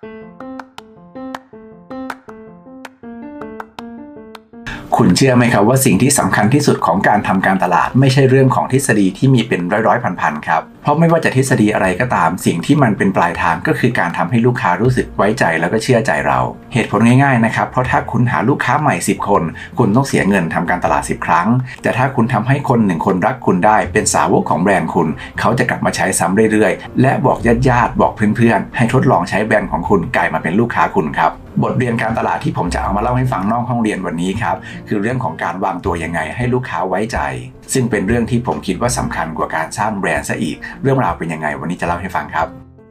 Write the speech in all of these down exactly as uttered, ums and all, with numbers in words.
คุณเชื่อไหมครับว่าสิ่งที่สำคัญที่สุดของการทำการตลาดไม่ใช่เรื่องของทฤษฎีที่มีเป็นร้อยๆพันๆครับเพราะไม่ว่าจะทฤษฎีอะไรก็ตามสิ่งที่มันเป็นปลายทางก็คือการทำให้ลูกค้ารู้สึกไว้ใจแล้วก็เชื่อใจเราเหตุผลง่ายๆนะครับเพราะถ้าคุณหาลูกค้าใหม่สิบคนคุณต้องเสียเงินทำการตลาดสิบครั้งแต่ถ้าคุณทำให้คนหนึ่งคนรักคุณได้เป็นสาวกของแบรนด์คุณเขาจะกลับมาใช้ซ้ำเรื่อยๆและบอกญาติๆบอกเพื่อนๆให้ทดลองใช้แบรนด์ของคุณกลายมาเป็นลูกค้าคุณครับบทเรียนการตลาดที่ผมจะเอามาเล่าให้ฟังนอกห้องเรียนวันนี้ครับคือเรื่องของการวางตัวยังไงให้ลูกค้าไว้ใจซึ่งเป็นเรื่องที่ผมคิดว่าสำคัญกว่าการสร้างแบรนด์ซะอีกเรื่องราวเป็นยังไงวันนี้จะเล่าให้ฟังครับ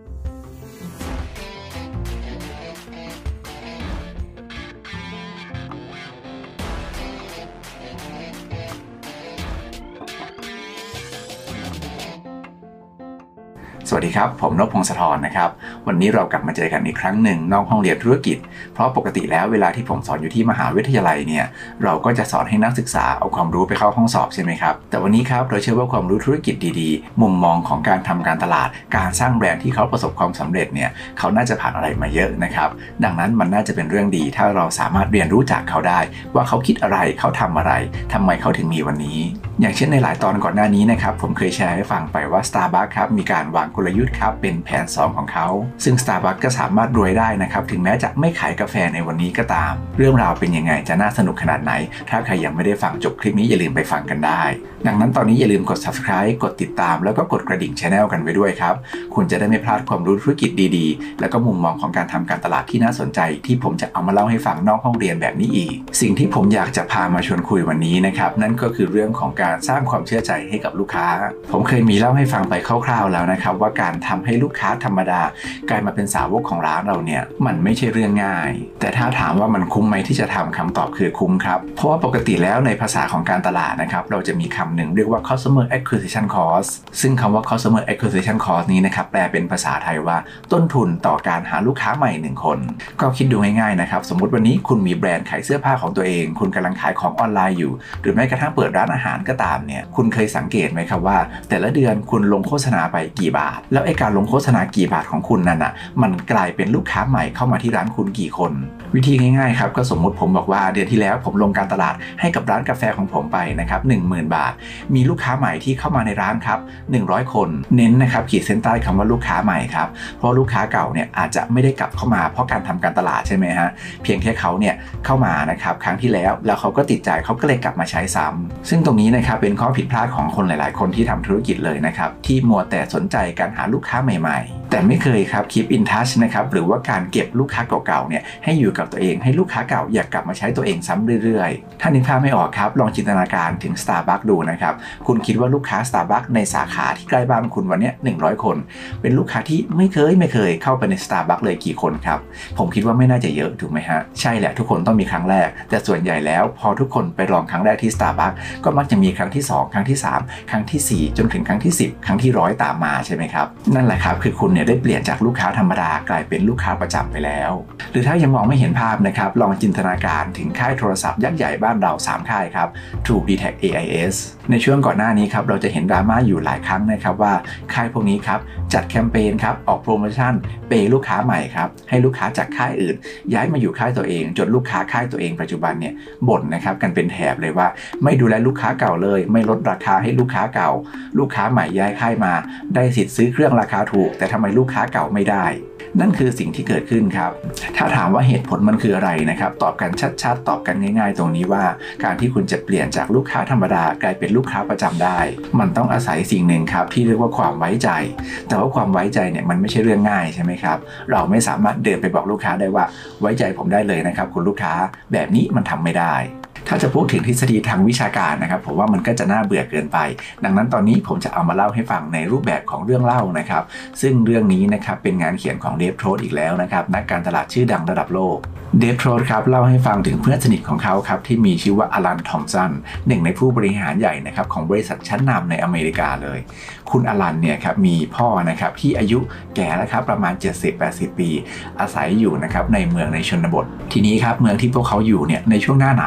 สวัสดีครับผมนพพงศธรนะครับวันนี้เรากลับมาเจอกันอีกครั้งหนึ่งนอกห้องเรียนธุรกิจเพราะปกติแล้วเวลาที่ผมสอนอยู่ที่มหาวิทยาลัยเนี่ยเราก็จะสอนให้นักศึกษาเอาความรู้ไปเข้าห้องสอบใช่ไหมครับแต่วันนี้ครับเราเชื่อว่าความรู้ธุรกิจดีๆมุมมองของการทำการตลาดการสร้างแบรนด์ที่เขาประสบความสำเร็จเนี่ยเขาน่าจะผ่านอะไรมาเยอะนะครับดังนั้นมันน่าจะเป็นเรื่องดีถ้าเราสามารถเรียนรู้จากเขาได้ว่าเขาคิดอะไรเขาทำอะไรทำไมเขาถึงมีวันนี้อย่างเช่นในหลายตอนก่อนหน้านี้นะครับผมเคยแชร์ให้ฟังไปว่า Starbucks ครับมีการวางกลยุทธ์ครับเป็นแผนสองของเขาซึ่ง Starbucks ก็สามารถรวยได้นะครับถึงแม้จะไม่ขายกาแฟในวันนี้ก็ตามเรื่องราวเป็นยังไงจะน่าสนุกขนาดไหนถ้าใครยังไม่ได้ฟังจบคลิปนี้อย่าลืมไปฟังกันได้ดังนั้นตอนนี้อย่าลืมกด Subscribe กดติดตามแล้วก็กดกระดิ่ง Channel กันไว้ด้วยครับคุณจะได้ไม่พลาดความรู้ธุรกิจดีๆแล้วก็มุมมองของการทำการตลาดที่น่าสนใจที่ผมจะเอามาเล่าให้ฟังนอกห้องเรียนแบบนี้อีกสิ่งที่ผมอยากจะพามาชวนคุยวันนี้นะครับนั่นก็คือเรื่องของการสร้างความเชื่อใจให้กับลูกค้าผมเคยมีเล่าให้ฟังไปคร่าวๆแล้วนะครับว่าการทำให้ลูกค้าธรรมดากลายมาเป็นสาวกของร้านเราเนี่ยมันไม่ใช่เรื่องง่ายแต่ถ้าถามว่ามันคุ้มไหมที่จะทำคำตอบคือคุ้มครับเพราะว่าปกติแล้วในภาษาของการตลาดนะครับเราจะมีคำหนึ่งเรียกว่า customer acquisition cost ซึ่งคำว่า customer acquisition cost นี้นะครับแปลเป็นภาษาไทยว่าต้นทุนต่อการหาลูกค้าใหม่หนึ่งคนก็คิดดูง่ายๆนะครับสมมติวันนี้คุณมีแบรนด์ขายเสื้อผ้าของตัวเองคุณกำลังขายของออนไลน์อยู่หรือแม้กระทั่งเปิดร้านอาหารก็ตามเนี่ยคุณเคยสังเกตไหมครับว่าแต่ละเดือนคุณลงโฆษณาไปกี่บาทแล้วไอ้การลงโฆษณากี่บาทของคุณนั่นน่ะมันกลายเป็นลูกค้าใหม่เข้ามาที่ร้านคุณกี่คนวิธีง่ายๆครับก็สมมุติผมบอกว่าเดือนที่แล้วผมลงการตลาดให้กับร้านกาแฟของผมไปนะครับ หนึ่งหมื่น บาทมีลูกค้าใหม่ที่เข้ามาในร้านครับหนึ่งร้อยคนเน้นนะครับขีดเส้นใต้คำว่าลูกค้าใหม่ครับเพราะลูกค้าเก่าเนี่ยอาจจะไม่ได้กลับเข้ามาเพราะการทำการตลาดใช่ไหมฮะเพียงแค่เขาเนี่ยเข้ามานะครับครั้งที่แล้วแล้วเขาก็ติดใจเขาก็เลยกลับมาใช้ซ้ำซึ่งตรงนี้นะครับเป็นข้อผิดพลาดของคนหลายๆคนที่ทำธุรกิจเลยนะครับที่มัวแต่สนใจการหาลูกค้าใหม่ๆแต่ไม่เคยครับ keep in touch นะครับหรือว่าการเก็บลูกค้าเก่าๆเนี่ยให้อยู่กับตัวเองให้ลูกค้าเก่าอยากกลับมาใช้ตัวเองซ้ำเรื่อยๆถ้านึกภาพไม่ออกครับลองจินตนาการถึง Starbucks ดูนะครับคุณคิดว่าลูกค้า Starbucks ในสาขาที่ใกล้บ้านคุณวันนี้หนึ่งร้อยคนเป็นลูกค้าที่ไม่เคยไม่เคยเข้าไปใน Starbucks เลยกี่คนครับผมคิดว่าไม่น่าจะเยอะถูกไหมฮะใช่แหละทุกคนต้องมีครั้งแรกแต่ส่วนใหญ่แล้วพอทุกคนไปลองครั้งแรกที่ Starbucks ก็มักจะมีครั้งที่สองครั้งที่สามครั้งที่สี่จนถึงครั้งที่สิบครั้งที่หนึ่งร้อยตามมาใช่ไหมครับนั่นแหละครับคือคุณเนี่ยได้เปลี่ยนจากลูกค้าธรรมดากลายเป็นลูกค้าประจำไปแล้วหรือถ้ายังมองไม่เห็นภาพนะครับลองจินตนาการถึงค่ายโทรศัพท์ยักษ์ใหญ่บ้านเราสามค่ายครับ True ดี ที เอ เอ ไอ เอส ในช่วงก่อนหน้านี้ครับเราจะเห็นดราม่าอยู่หลายครั้งนะครับว่าค่ายพวกนี้ครับจัดแคมเปญครับออกโปรโมชั่นเปย์ลูกค้าใหม่ครับให้ลูกค้าจากค่ายอื่นย้ายมาอยู่ค่ายตัวเองจนลูกค้าค่ายตัวเองปัจจุบันเนี่ยบ่นนะครับกันเป็นแถบเลยว่าไม่ดูแลลูกค้าเก่าเลยไม่ลดราคาให้ลูกค้าเก่าลูกค้าใหม่ย้ายค่ายมาได้สิทธิ์ซื้อเครื่องราคาถูกแต่ทำไมลูกค้าเก่าไม่ได้นั่นคือสิ่งที่เกิดขึ้นครับถ้าถามว่าเหตุผลมันคืออะไรนะครับตอบกันชัดๆตอบกันง่ายๆตรงนี้ว่าการที่คุณจะเปลี่ยนจากลูกค้าธรรมดากลายเป็นลูกค้าประจำได้มันต้องอาศัยสิ่งหนึ่งครับที่เรียกว่าความไว้ใจแต่ว่าความไว้ใจเนี่ยมันไม่ใช่เรื่องง่ายใช่ไหมครับเราไม่สามารถเดินไปบอกลูกค้าได้ว่าไว้ใจผมได้เลยนะครับคุณลูกค้าแบบนี้มันทำไม่ได้ถ้าจะพูดถึงทฤษฎีทางวิชาการนะครับผมว่ามันก็จะน่าเบื่อเกินไปดังนั้นตอนนี้ผมจะเอามาเล่าให้ฟังในรูปแบบของเรื่องเล่านะครับซึ่งเรื่องนี้นะครับเป็นงานเขียนของเดฟโทรดอีกแล้วนะครับนักการตลาดชื่อดังระดับโลกเดฟโทรดครับเล่าให้ฟังถึงเพื่อนสนิทของเขาครับที่มีชื่อว่าอลันทอมสันหนึ่งในผู้บริหารใหญ่นะครับของบริษัทชั้นนำในอเมริกาเลยคุณอลันเนี่ยครับมีพ่อนะครับที่อายุแก่แล้วครับประมาณ เจ็ดสิบถึงแปดสิบ ปีอาศัยอยู่นะครับในเมืองในชนบททีนี้ครับเมืองที่พวกเขาอยู่เนี่ยในช่วงหน้าหนาวก็จะ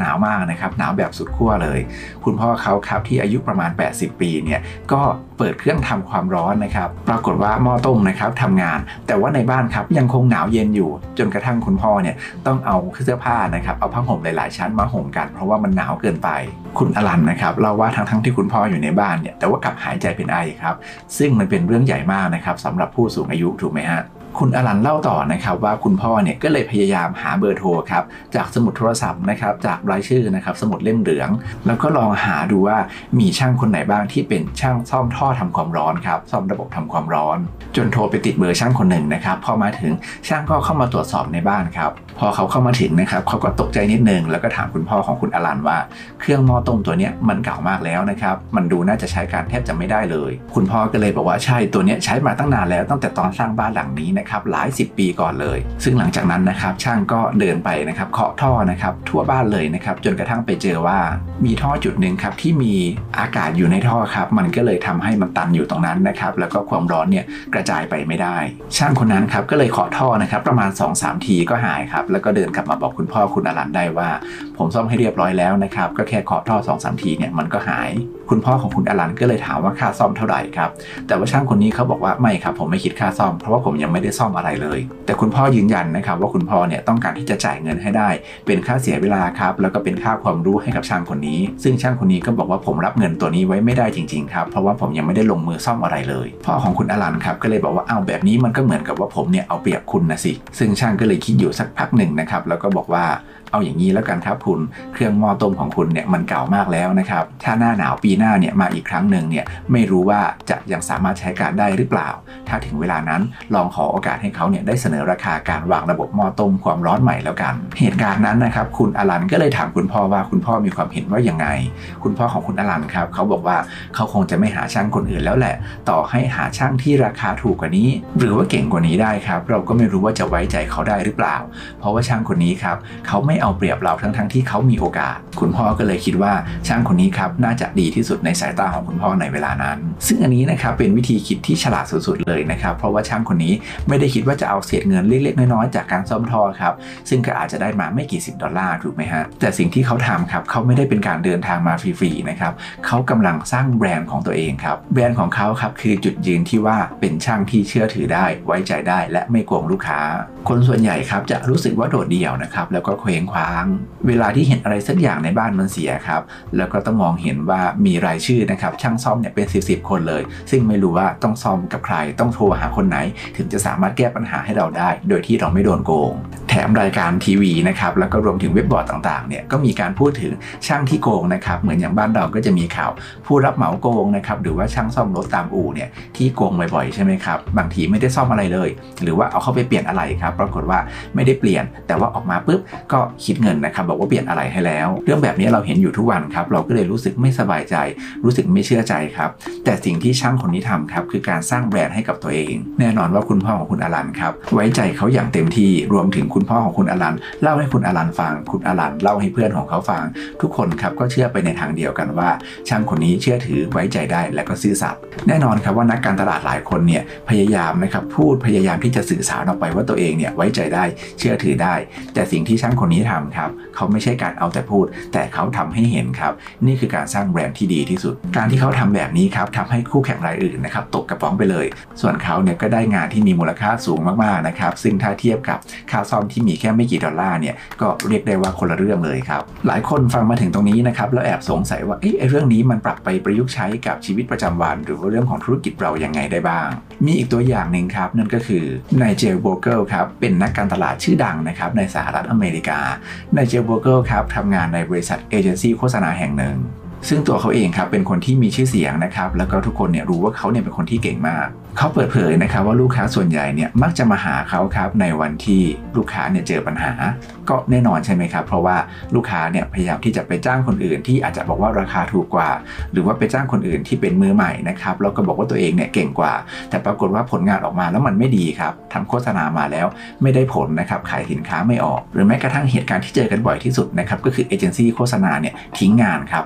หนาวมากนะครับหนาวแบบสุดขั้วเลยคุณพ่อเขาครับที่อายุประมาณแปดสิบปีเนี่ยก็เปิดเครื่องทำความร้อนนะครับปรากฏว่าหม้อต้มนะครับทำงานแต่ว่าในบ้านครับยังคงหนาวเย็นอยู่จนกระทั่งคุณพ่อเนี่ยต้องเอาเสื้อผ้านะครับเอาผ้าห่มหลายๆชั้นมาห่มกันเพราะว่ามันหนาวเกินไปคุณอลันนะครับเล่าว่าทั้งๆที่คุณพ่ออยู่ในบ้านเนี่ยแต่ว่ากลับหายใจเป็นไอครับซึ่งมันเป็นเรื่องใหญ่มากนะครับสำหรับผู้สูงอายุถูกไหมฮะคุณอลันเล่าต่อนะครับว่าคุณพ่อเนี่ยก็เลยพยายามหาเบอร์โทรครับจากสมุดโทรศัพท์นะครับจากรายชื่อนะครับสมุดเล่มเหลืองแล้วก็ลองหาดูว่ามีช่างคนไหนบ้างที่เป็นช่างซ่อมท่อทำความร้อนครับซ่อมระบบทำความร้อนจนโทรไปติดเบอร์ช่างคนหนึ่งนะครับพอมาถึงช่างก็เข้ามาตรวจสอบในบ้านครับพอเขาเข้ามาถึงนะครับเขาก็ตกใจนิดนึงแล้วก็ถามคุณพ่อของคุณอลันว่าเครื่องหม้อต้มตัวนี้มันเก่ามากแล้วนะครับมันดูน่าจะใช้การแทบจะไม่ได้เลยคุณพ่อก็เลยบอกว่าใช่ตัวนี้ใช้มาตั้งนานแล้วตั้งแต่ตอนสร้างบ้านหลังนี้นะครับหลายสิบปีก่อนเลยซึ่งหลังจากนั้นนะครับช่างก็เดินไปนะครับเคาะท่อนะครับทั่วบ้านเลยนะครับจนกระทั่งไปเจอว่ามีท่อจุดหนึ่งครับที่มีอากาศอยู่ในท่อครับมันก็เลยทำให้มันตันอยู่ตรงนั้นนะครับแล้วก็ความร้อนเนี่ยกระจายไปไม่ได้ช่างคนนั้นครับก็เลยเคาะท่อนะครับประมาณ สองสาม ทีก็หายครับแล้วก็เดินกลับมาบอกคุณพ่อคุณอลันได้ว่าผมซ่อมให้เรียบร้อยแล้วนะครับก็แค่เคาะท่อ สองสาม ทีเนี่ยมันก็หายคุณพ่อของคุณอลันก็เลยถามว่าค่าซ่อมเท่าไหร่ครับแต่ว่าช่างคนนี้เขาบอกว่าไม่ครับผมไม่คิดค่าซ่อมเพราะว่าผมยังไม่ได้ซ่อมอะไรเลยแต่คุณพ่อยืนยันนะครับว่าคุณพ่อเนี่ยต้องการที่จะจ่ายเงินให้ได้เป็นค่าเสียเวลาครับแล้วก็เป็นค่าความรู้ให้กับช่างคนนี้ซึ่งช่างคนนี้ก็บอกว่าผมรับเงินตัวนี้ไว้ไม่ได้จริงๆครับเพราะว่าผมยังไม่ได้ลงมือซ่อมอะไรเลยพ่อของคุณอลันครับก็เลยบอกว่าเอาแบบนี้มันก็เหมือนกับว่าผมเนี่ยเอาเปรียบคุณนะสิซึ่งช่างก็เลยคิดอยู่สักพักหนึ่งนะครับแล้วก็บอกว่าเอาอย่างนี้แล้วกันครับคุณเครื่องหม้อต้มของคุณเนี่ยมันเก่ามากแล้วนะครับถ้าหน้าหนาวปีหน้าเนี่ยมาอีกครั้งหนึ่งเนี่ยไม่รู้ว่าจะยังสามารถใช้การได้หรือเปล่าถ้าถึงเวลานั้นลองขอโอกาสให้เขาเนี่ยได้เสนอราคาการวางระบบหม้อต้มความร้อนใหม่แล้วกันเหตุการณ์นั้นนะครับคุณอลันก็เลยถามคุณพ่อว่าคุณพ่อมีความเห็นว่ายังไงคุณพ่อของคุณอลันครับเขาบอกว่าเขาคงจะไม่หาช่างคนอื่นแล้วแหละต่อให้หาช่างที่ราคาถูกกว่านี้หรือว่าเก่งกว่านี้ได้ครับเราก็ไม่รู้ว่าจะไว้ใจเขาได้หรือเปล่าเพราะว่าช่างคนนี้ครับเขาไม่เอาเปรียบเราทั้งทั้งที่เขามีโอกาสคุณพ่อก็เลยคิดว่าช่างคนนี้ครับน่าจะดีที่สุดในสายตาของคุณพ่อในเวลานั้นซึ่งอันนี้นะครับเป็นวิธีคิดที่ฉลาดสุดๆเลยนะครับเพราะว่าช่างคนนี้ไม่ได้คิดว่าจะเอาเศษเงินเล็กๆน้อยๆจากการซ่อมท่อครับซึ่งก็อาจจะได้มาไม่กี่สิบดอลลาร์ถูกไหมฮะแต่สิ่งที่เขาทำครับเขาไม่ได้เป็นการเดินทางมาฟรีๆนะครับเขากำลังสร้างแบรนด์ของตัวเองครับแบรนด์ของเขาครับคือจุดยืนที่ว่าเป็นช่างที่เชื่อถือได้ไว้ใจได้และไม่โกงลูกค้าคนส่วนใหญ่ครับจะรู้สึกว่าโดดเดี่ยวนะครับแล้วก็เคว้งคว้างเวลาที่เห็นอะไรสักอย่างในบ้านมันเสียครับแล้วก็ต้องมองเห็นว่ามีรายชื่อนะครับช่างซ่อมเนี่ยเป็นสิบสิบคนเลยซึ่งไม่รู้ว่าต้องซ่อมกับใครต้องโทรหาคนไหนถึงจะสามารถแก้ปัญหาให้เราได้โดยที่เราไม่โดนโกงแถมรายการทีวีนะครับแล้วก็รวมถึงเว็บบอร์ดต่างๆเนี่ยก็มีการพูดถึงช่างที่โกงนะครับเหมือนอย่างบ้านเราก็จะมีข่าวผู้รับเหมาโกงนะครับหรือว่าช่างซ่อมรถตามอู่เนี่ยที่โกงบ่อยๆใช่ไหมครับบางทีไม่ได้ซ่อมอะไรเลยหรือว่าเอาเข้าไปเปลี่ยนอะไรครับปรากฏว่าไม่ได้เปลี่ยนแต่ว่าออกมาปุ๊บก็คิดเงินนะครับบอกว่าเปลี่ยนอะไรให้แล้วเรื่องแบบนี้เราเห็นอยู่ทุกวันครับเราก็เลยรู้สึกไม่สบายใจรู้สึกไม่เชื่อใจครับแต่สิ่งที่ช่างคนนี้ทำครับคือการสร้างแบรนด์ให้กับตัวเองแน่นอนว่าคุณพ่อของคุณอลันครับไว้ใจเขาอย่างเต็มที่รวมถึงคุณพ่อของคุณอลันเล่าให้คุณอลันฟังคุณอลันเล่าให้เพื่อนของเขาฟังทุกคนครับก็เชื่อไปในทางเดียวกันว่าช่างคนนี้เชื่อถือไว้ใจได้และก็ซื่อสัตย์แน่นอนครับว่านักการตลาดหลายคนเนี่ยพยายามนะครับพูดพยายามที่จะสื่อสารออกไปว่าตัวเองเนี่ยไว้ใจได้เชื่อถือได้แต่สิ่งที่ช่างคนนี้ทำครับเขาไม่ใช่การเอาแต่พูดแต่เขาทำให้เห็นครับนี่คือการสร้างแบรนด์ที่ดีที่สุดการที่เขาทำแบบนี้ครับทำให้คู่แข่งรายอื่นนะครับตกกระป๋องไปเลยส่วนเขาเนี่ยก็ได้งานที่มีมูลค่าสูงมากๆนะครับซึ่งถ้าเทียบกับค่าซ่อมที่มีแค่ไม่กี่ดอลลาร์เนี่ยก็เรียกได้ว่าคนละเรื่องเลยครับหลายคนฟังมาถึงตรงนี้นะครับแล้วแอบสงสัยว่าเอ๊ะไอ้เรื่องนี้มันปรับไปประยุกต์ใช้กับชีวิตประจำวันหรือว่าเรื่องของธุรกิจเรายังไงได้บ้างมีอีกตัวอย่างหนึ่งครับนั่นก็คือนายเจลโบเกิลครับเป็นนักการตลาดชื่อดังนะครับในสหรัฐอเมริกานายเจลโบเกิลครับทำงานในบริษัทเอเจนซี่โฆษณาแห่งหนึ่งซึ่งตัวเขาเองครับเป็นคนที่มีชื่อเสียงนะครับแล้วก็ทุกคนเนี่ยรู้ว่าเขาเนี่ยเป็นคนที่เก่งมากเขาเปิดเผยนะครับว่าลูกค้าส่วนใหญ่เนี่ยมักจะมาหาเขาครับในวันที่ลูกค้าเนี่ยเจอปัญหาก็แน่นอนใช่ไหมครับเพราะว่าลูกค้าเนี่ยพยายามที่จะไปจ้างคนอื่นที่อาจจะบอกว่าราคาถูกกว่าหรือว่าไปจ้างคนอื่นที่เป็นมือใหม่นะครับแล้วก็บอกว่าตัวเองเนี่ยเก่งกว่าแต่ปรากฏว่าผลงานออกมาแล้วมันไม่ดีครับทำโฆษณามาแล้วไม่ได้ผลนะครับขายสินค้าไม่ออกหรือแม้กระทั่งเหตุการณ์ที่เจอกันบ่อยที่สุดนะครับก็คือเอเจนซี่โฆษณาเนี่ยทิ้งงานครับใกล้ถึง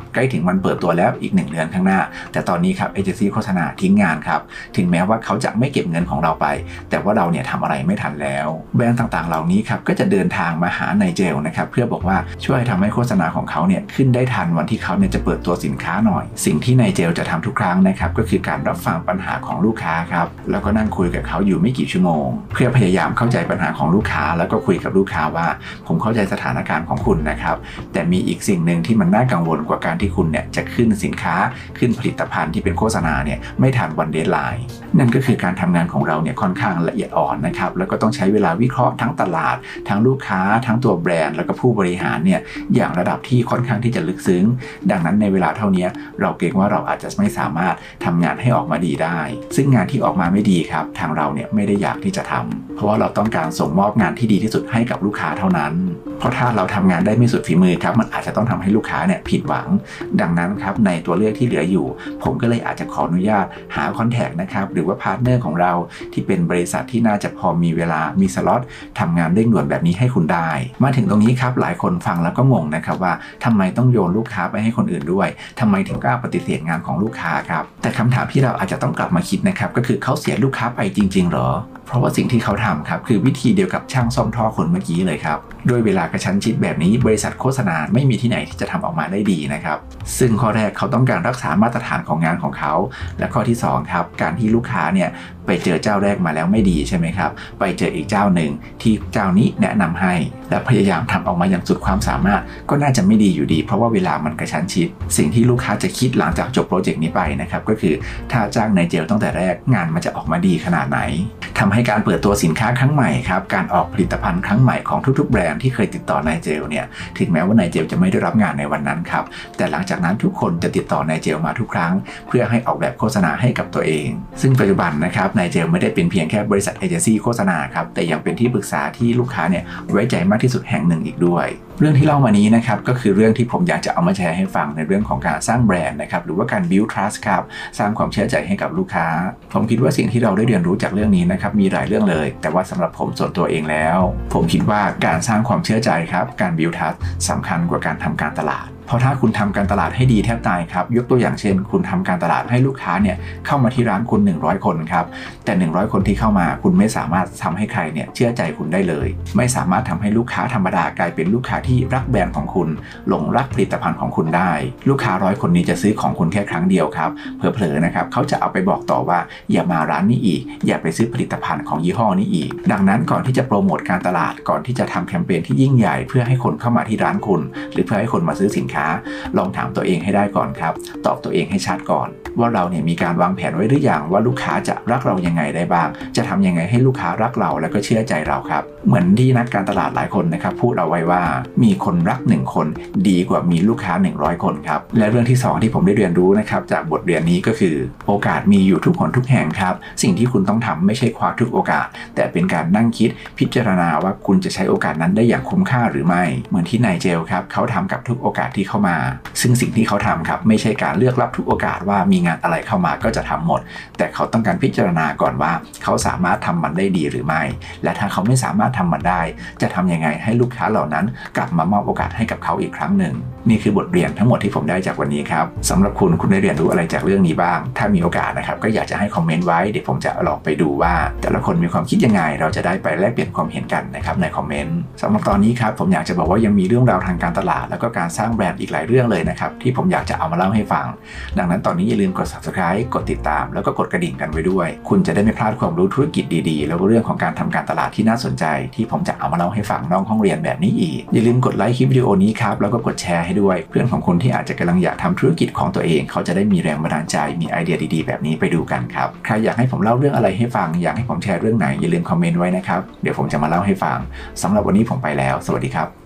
วันเปิดตัวแล้วอีกหนึ่งเดือนข้างหน้าแต่ตอนนี้ครับเอเจนซี่โฆษณาทิ้งงานครับถึงแม้ว่าเขาจะไม่เก็บเงินของเราไปแต่ว่าเราเนี่ยทำอะไรไม่ทันแล้วแบรนด์ต่างๆเหล่านี้ครับก็จะเดินทางมาหาไนเจลนะครับเพื่อบอกว่าช่วยทำให้โฆษณาของเขาเนี่ยขึ้นได้ทันวันที่เขาเนี่ยจะเปิดตัวสินค้าหน่อยสิ่งที่ไนเจลจะทำทุกครั้งนะครับก็คือการรับฟังปัญหาของลูกค้าครับแล้วก็นั่งคุยกับเขาอยู่ไม่กี่ชั่วโมงเพื่อพยายามเข้าใจปัญหาของลูกค้าแล้วก็คุยกับลูกค้าว่าผมเข้าใจสถานการณ์ของคุณนะครับแต่มีอีกสิ่งหนึ่งที่มันน่ากังวลกว่าการที่คุณเนี่ยจะขึ้นสินค้าขึ้นผลิตภัณฑ์ที่เป็นโฆษณาเนี่ยไม่ทันวันเดดไลน์นั่นก็คือการทำงานของเราเนี่ยค่อนข้างละเอียดอ่อนนะครับแล้วก็ต้องใช้เวลาวิเคราะห์ทั้งตลาดทั้งลูกค้าทั้งตัวแบรนด์แล้วก็ผู้บริหารเนี่ยอย่างระดับที่ค่อนข้างที่จะลึกซึ้งดังนั้นในเวลาเท่านี้เราเกรงว่าเราอาจจะไม่สามารถทำงานให้ออกมาดีได้ซึ่งงานที่ออกมาไม่ดีครับทางเราเนี่ยไม่ได้อยากที่จะทำเพราะว่าเราต้องการส่งมอบงานที่ดีที่สุดให้กับลูกค้าเท่านั้นเพราะถ้าเราทำงานได้ไม่สุดฝีมือครับมันอาจจะต้องทำให้ลูกค้าเนี่ยผิดหวังดังนั้นครับในตัวเลือกที่เหลืออยู่ผมก็เลยอาจจะขออนุญาตหาคอนแทคนะครับหรือว่าพาร์ทเนอร์ของเราที่เป็นบริษัทที่น่าจะพอมีเวลามีสล็อตทำงานเร่งด่วนแบบนี้ให้คุณได้มาถึงตรงนี้ครับหลายคนฟังแล้วก็งงนะครับว่าทำไมต้องโยนลูกค้าไปให้คนอื่นด้วยทำไมถึงกล้าปฏิเสธงานของลูกค้าครับแต่คำถามที่เราอาจจะต้องกลับมาคิดนะครับก็คือเขาเสียลูกค้าไปจริงๆหรอเพราะว่าสิ่งที่เขาทำครับคือวิธีเดียวกับช่างซ่อมท่อคนเมื่อกี้เลยครับด้วยเวลากระชั้นชิดแบบนี้บริษัทโฆษณาไม่มีที่ไหนที่จะทำออกมาได้ดีนะครับซึ่งข้อแรกเขาต้องการรักษามาตรฐานของงานของเขาและข้อที่สองครับการที่ลูกค้าเนี่ยไปเจอเจ้าแรกมาแล้วไม่ดีใช่ไหมครับไปเจออีกเจ้าหนึ่งที่เจ้านี้แนะนำให้และพยายามทำออกมาอย่างสุดความสามารถก็น่าจะไม่ดีอยู่ดีเพราะว่าเวลามันกระชั้นชิดสิ่งที่ลูกค้าจะคิดหลังจากจบโปรเจกต์นี้ไปนะครับก็คือถ้าจ้างไนเจลตั้งแต่แรกงานมันจะออกมาดีขนาดไหนทำให้การเปิดตัวสินค้าครั้งใหม่ครับการออกผลิตภัณฑ์ครั้งใหม่ของทุกๆแบรนด์ที่เคยติดต่อไนเจลเนี่ยถึงแม้ว่าไนเจลจะไม่ได้รับงานในวันนั้นครับแต่หลังจากนั้นทุกคนจะติดต่อไนเจลมาทุกครั้งเพื่อให้ออกแบบโฆษณาให้กับตัวเองซึ่งปัจจุบันนะครับไนเจลไม่ได้เป็นเพียงแค่บริษัทเอเจนซี่โฆษณาครับแต่ยังเป็นที่ปรึกษาที่ลูกค้าเนี่ยไว้ใจมากที่สุดแห่งหนึ่งอีกด้วยเรื่องที่เล่ามานี้นะครับก็คือเรื่องที่ผมอยากจะเอามาแชร์ให้ฟังในเรื่องของการสร้างแบรนด์นะครับหรือว่าการ build trust ครับสร้างความเชื่อใจให้กับลูกค้าผมคิดว่าสิ่งที่เราได้เรียนรู้จากเรื่องนี้นะครับมีหลายเรื่องเลยแต่ว่าสำหรับผมส่วนตัวเองแล้วผมคิดว่าการสร้างความเชื่อใจครับการ build trust สำคัญกว่าการทำการตลาดเพราะถ้าคุณทำการตลาดให้ดีแทบตายครับยกตัวอย่างเช่นคุณทำการตลาดให้ลูกค้าเนี่ยเข้ามาที่ร้านคุณหนึ่งร้อยคนครับแต่หนึ่งร้อยคนที่เข้ามาคุณไม่สามารถทำให้ใครเนี่ยเชื่อใจคุณได้เลยไม่สามารถทำให้ลูกค้าธรรมดากลายเป็นลูกค้าที่รักแบรนด์ของคุณหลงรักผลิตภัณฑ์ของคุณได้ลูกค้าร้อยคนนี้จะซื้อของคุณแค่ครั้งเดียวครับเผลอๆนะครับเขาจะเอาไปบอกต่อว่าอย่ามาร้านนี้อีกอย่าไปซื้อผลิตภัณฑ์ของยี่ห้อนี้อีกดังนั้นก่อนที่จะโปรโมทการตลาดก่อนที่จะทำแคมเปญที่ยิ่งใหญ่เพื่อให้คนเข้ามาที่ร้านคุณหรือเพื่อให้คนมาซื้อสินค้าลองถามตัวเองให้ได้ก่อนครับตอบตัวเองให้ชัดก่อนว่าเราเนี่ยมีการวางแผนไว้หรือยังว่าลูกค้าจะรักเรายังไงได้บ้างจะทำยังไงให้ลูกค้ารักเราแล้วก็เชื่อใจเราครับเหมือนที่นักการตลาดหลายคนนะครับพูดเอาไว้ว่ามีคนรักหนึ่งคนดีกว่ามีลูกค้าหนึ่งร้อยคนครับและเรื่องที่สองที่ผมได้เรียนรู้นะครับจากบทเรียนนี้ก็คือโอกาสมีอยู่ทุกคนทุกแห่งครับสิ่งที่คุณต้องทำไม่ใช่คว้าทุกโอกาสแต่เป็นการนั่งคิดพิจารณาว่าคุณจะใช้โอกาสนั้นได้อย่างคุ้มค่าหรือไม่เหมือนที่ไนเจลครับเขาทำกับทุกโอกาสที่เข้ามาซึ่งสิ่งที่เขาทำครับไม่ใช่การเลือกรับทุกโอกาสว่ามีงานอะไรเข้ามาก็จะทำหมดแต่เขาต้องการพิจารณาก่อนว่าเขาสามารถทำมันได้ดีหรือไม่และถ้าเขาไม่สามารถทำมันได้จะทำยังไงให้ลูกค้าเหล่านั้นกลับมามอบโอกาสให้กับเขาอีกครั้งหนึ่งนี่คือบทเรียนทั้งหมดที่ผมได้จากวันนี้ครับสำหรับคุณคุณได้เรียนรู้อะไรจากเรื่องนี้บ้างถ้ามีโอกาสนะครับก็อยากจะให้คอมเมนต์ไว้เดี๋ยวผมจะลองไปดูว่าแต่ละคนมีความคิดยังไงเราจะได้ไปแลกเปลี่ยนความเห็นกันนะครับในคอมเมนต์สำหรับตอนนี้ครับผมอยากจะบอกว่ายังมีเรื่องราวทางการตลาดแล้วก็การสร้างแบรนด์อีกหลายเรื่องเลยนะครับที่ผมอยากจะเอามาเล่าให้ฟังดังนั้นตอนนี้อย่าลืมกด ซับสไครบ์ กดติดตามแล้วก็กดกระดิ่งกันไว้ด้วยคุณจะได้ไม่พลาดความรู้ธุรกิจดีๆแล้วก็เรื่องของการทำการตลาดที่น่าสนใจที่ผมจะเอามาเล่าให้ฟังนอกห้องเรียนแบบนี้อีกอย่าลืมกดไลค์คลิปวิดีโอนี้ครับแล้วก็กดแชร์ให้ด้วยเพื่อนของคุณที่อาจจะกำลังอยากทำธุรกิจของตัวเองเขาจะได้มีแรงบันดาลใจมีไอเดียดีๆแบบนี้ไปดูกันครับใครอยากให้ผมเล่าเรื่องอะไรให้ฟังอยากให้ผมแชร์เรื่องไหนอย่าลืมคอมเมนต์ไว้นะครับเดี๋ยวผมจะมาเล่าให้ฟังสำหรับวันนี้ผมไปแล้วสวัสดีครับ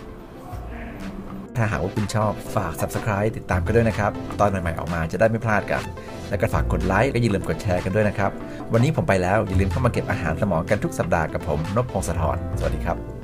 ถ้าหากว่าคุณชอบฝาก ซับสไครบ์ ติดตามกันด้วยนะครับตอนใหม่ๆออกมาจะได้ไม่พลาดกันแล้วก็ฝากกดไลค์และอย่าลืมกดแชร์กันด้วยนะครับวันนี้ผมไปแล้วอย่าลืมเข้ามาเก็บอาหารสมองกันทุกสัปดาห์กับผมนพพงศธรสวัสดีครับ